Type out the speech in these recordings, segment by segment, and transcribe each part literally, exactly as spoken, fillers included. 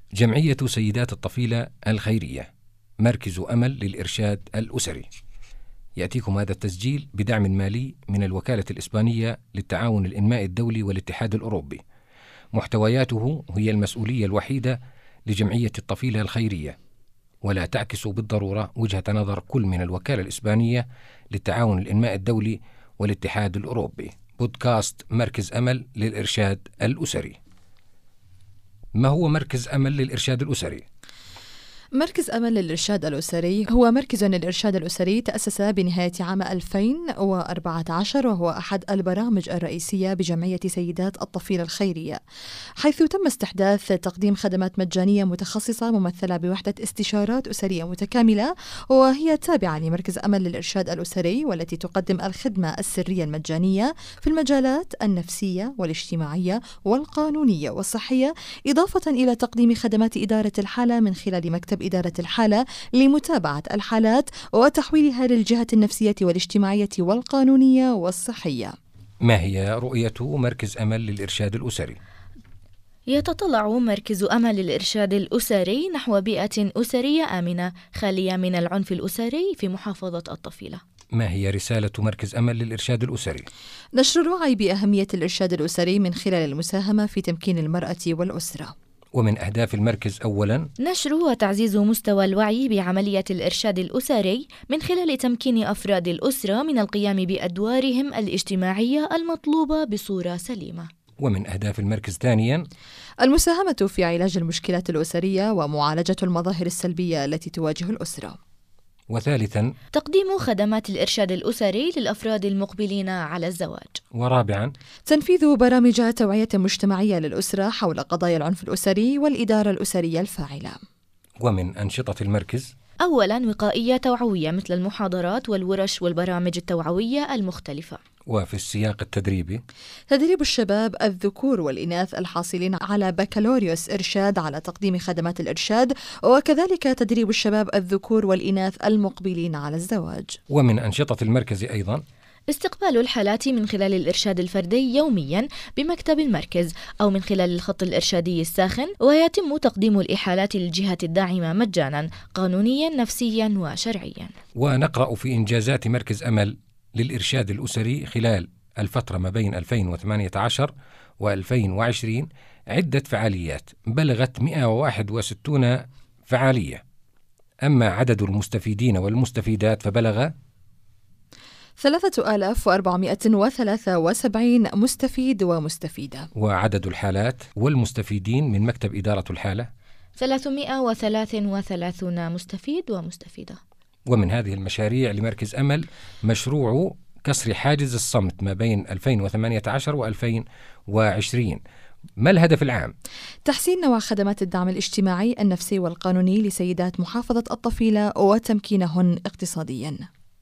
جمعية سيدات الطفيلة الخيرية، مركز أمل للإرشاد الأسري. يأتيكم هذا التسجيل بدعم مالي من الوكالة الإسبانية للتعاون الإنمائي الدولي والاتحاد الأوروبي. محتوياته هي المسؤولية الوحيدة لجمعية الطفيلة الخيرية، ولا تعكس بالضرورة وجهة نظر كل من الوكالة الإسبانية للتعاون الإنمائي الدولي والاتحاد الأوروبي. بودكاست مركز أمل للإرشاد الأسري. ما هو مركز أمل للإرشاد الأسري؟ مركز أمل للإرشاد الأسري هو مركز للإرشاد الأسري تأسس بنهاية عام ألفين وأربعة عشر، وهو أحد البرامج الرئيسية بجمعية سيدات الطفيلة الخيرية، حيث تم استحداث تقديم خدمات مجانية متخصصة ممثلة بوحدة استشارات أسرية متكاملة، وهي تابعة لمركز أمل للإرشاد الأسري، والتي تقدم الخدمة السرية المجانية في المجالات النفسية والاجتماعية والقانونية والصحية، إضافة إلى تقديم خدمات إدارة الحالة من خلال مكتب إدارة الحالة لمتابعة الحالات وتحويلها للجهة النفسية والاجتماعية والقانونية والصحية. ما هي رؤية مركز أمل للإرشاد الأسري؟ يتطلع مركز أمل للإرشاد الأسري نحو بيئة أسرية آمنة خالية من العنف الأسري في محافظة الطفيلة. ما هي رسالة مركز أمل للإرشاد الأسري؟ نشر الوعي بأهمية الإرشاد الأسري من خلال المساهمة في تمكين المرأة والأسرة. ومن أهداف المركز أولاً نشر وتعزيز مستوى الوعي بعملية الإرشاد الأسري من خلال تمكين أفراد الأسرة من القيام بأدوارهم الاجتماعية المطلوبة بصورة سليمة. ومن أهداف المركز ثانياً المساهمة في علاج المشكلات الأسرية ومعالجة المظاهر السلبية التي تواجه الأسرة. وثالثاً تقديم خدمات الإرشاد الأسري للأفراد المقبلين على الزواج. ورابعاً تنفيذ برامج توعية مجتمعية للأسرة حول قضايا العنف الأسري والإدارة الأسرية الفاعلة. ومن أنشطة المركز أولاً وقائية توعوية مثل المحاضرات والورش والبرامج التوعوية المختلفة. وفي السياق التدريبي تدريب الشباب الذكور والإناث الحاصلين على بكالوريوس إرشاد على تقديم خدمات الإرشاد، وكذلك تدريب الشباب الذكور والإناث المقبلين على الزواج. ومن أنشطة المركز أيضاً استقبال الحالات من خلال الإرشاد الفردي يومياً بمكتب المركز أو من خلال الخط الإرشادي الساخن، ويتم تقديم الإحالات للجهة الداعمة مجاناً قانونياً نفسياً وشرعياً. ونقرأ في إنجازات مركز أمل للإرشاد الأسري خلال الفترة ما بين ألفين وثمانية عشر وألفين وعشرين عدة فعاليات بلغت مئة وواحد وستين فعالية، أما عدد المستفيدين والمستفيدات فبلغ ثلاثة آلاف وأربعمائة وثلاثة وسبعين مستفيد ومستفيدة. وعدد الحالات والمستفيدين من مكتب إدارة الحالة ثلاثمائة وثلاثة وثلاثين مستفيد ومستفيدة. ومن هذه المشاريع لمركز أمل مشروع كسر حاجز الصمت ما بين ألفين وثمانية عشر وألفين وعشرين. ما الهدف العام؟ تحسين نوع خدمات الدعم الاجتماعي النفسي والقانوني لسيدات محافظة الطفيلة وتمكينهن اقتصادياً.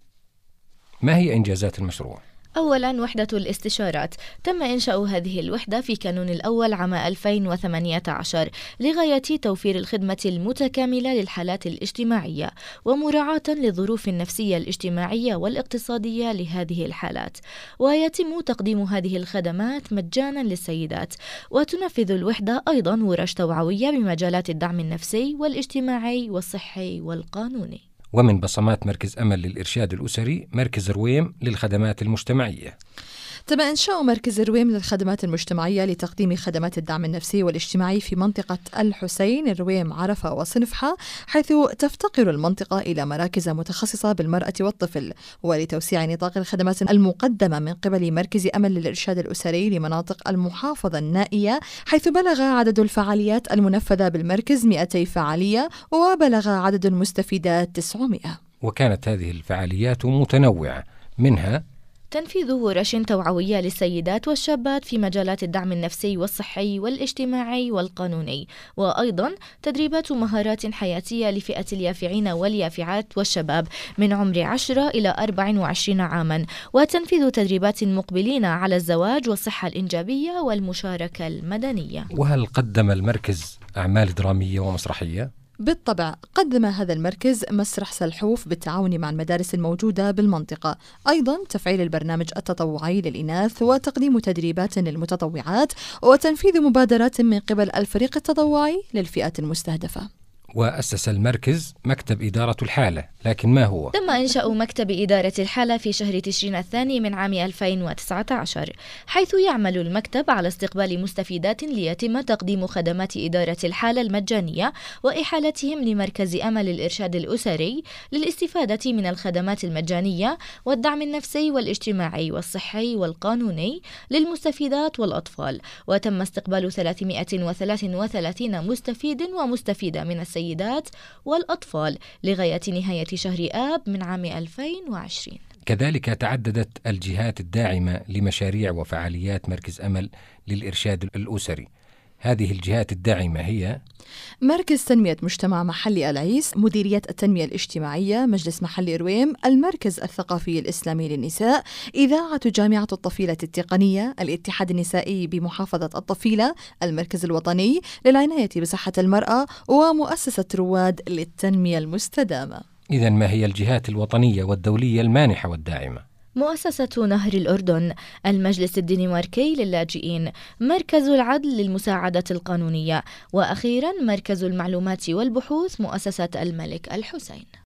ما هي إنجازات المشروع؟ أولاً وحدة الاستشارات، تم إنشاء هذه الوحدة في كانون الأول عام ألفين وثمانية عشر لغاية توفير الخدمة المتكاملة للحالات الاجتماعية ومراعاة للظروف النفسية الاجتماعية والاقتصادية لهذه الحالات، ويتم تقديم هذه الخدمات مجاناً للسيدات. وتنفذ الوحدة أيضاً ورش توعوية بمجالات الدعم النفسي والاجتماعي والصحي والقانوني. ومن بصمات مركز أمل للإرشاد الأسري مركز رويم للخدمات المجتمعية. تم إنشاء مركز رويم للخدمات المجتمعية لتقديم خدمات الدعم النفسي والاجتماعي في منطقة الحسين، رويم، عرفة وصنفحة، حيث تفتقر المنطقة إلى مراكز متخصصة بالمرأة والطفل، ولتوسيع نطاق الخدمات المقدمة من قبل مركز أمل للإرشاد الأسري لمناطق المحافظة النائية، حيث بلغ عدد الفعاليات المنفذة بالمركز مئتي فعالية، وبلغ عدد المستفيدات تسعمائة. وكانت هذه الفعاليات متنوعة، منها تنفيذ ورش توعوية للسيدات والشابات في مجالات الدعم النفسي والصحي والاجتماعي والقانوني، وأيضا تدريبات مهارات حياتية لفئة اليافعين واليافعات والشباب من عمر عشرة إلى أربع وعشرين عاما، وتنفيذ تدريبات مقبلين على الزواج والصحة الإنجابية والمشاركة المدنية. وهل قدم المركز أعمال درامية ومسرحية؟ بالطبع قدم هذا المركز مسرح سلحوف بالتعاون مع المدارس الموجودة بالمنطقة، أيضا تفعيل البرنامج التطوعي للإناث وتقديم تدريبات للمتطوعات وتنفيذ مبادرات من قبل الفريق التطوعي للفئات المستهدفة. وأسس المركز مكتب إدارة الحالة، لكن ما هو؟ تم إنشاء مكتب إدارة الحالة في شهر تشرين الثاني من عام ألفين وتسعة عشر، حيث يعمل المكتب على استقبال مستفيدات ليتم تقديم خدمات إدارة الحالة المجانية وإحالتهم لمركز أمل الإرشاد الأسري للاستفادة من الخدمات المجانية والدعم النفسي والاجتماعي والصحي والقانوني للمستفيدات والأطفال. وتم استقبال ثلاثمائة وثلاثة وثلاثين مستفيد ومستفيدة من السيدات والأطفال لغاية نهاية شهر آب من عام ألفين وعشرين. كذلك تعددت الجهات الداعمة لمشاريع وفعاليات مركز أمل للإرشاد الأسري. هذه الجهات الداعمة هي مركز تنمية مجتمع محلي العيس، مديرية التنمية الاجتماعية، مجلس محلي رويم، المركز الثقافي الإسلامي للنساء، إذاعة جامعة الطفيلة التقنية، الاتحاد النسائي بمحافظة الطفيلة، المركز الوطني للعناية بصحة المرأة، ومؤسسة رواد للتنمية المستدامة. إذن ما هي الجهات الوطنية والدولية المانحة والداعمة؟ مؤسسة نهر الأردن، المجلس الدنماركي للاجئين، مركز العدل للمساعدة القانونية، وأخيراً مركز المعلومات والبحوث مؤسسة الملك الحسين.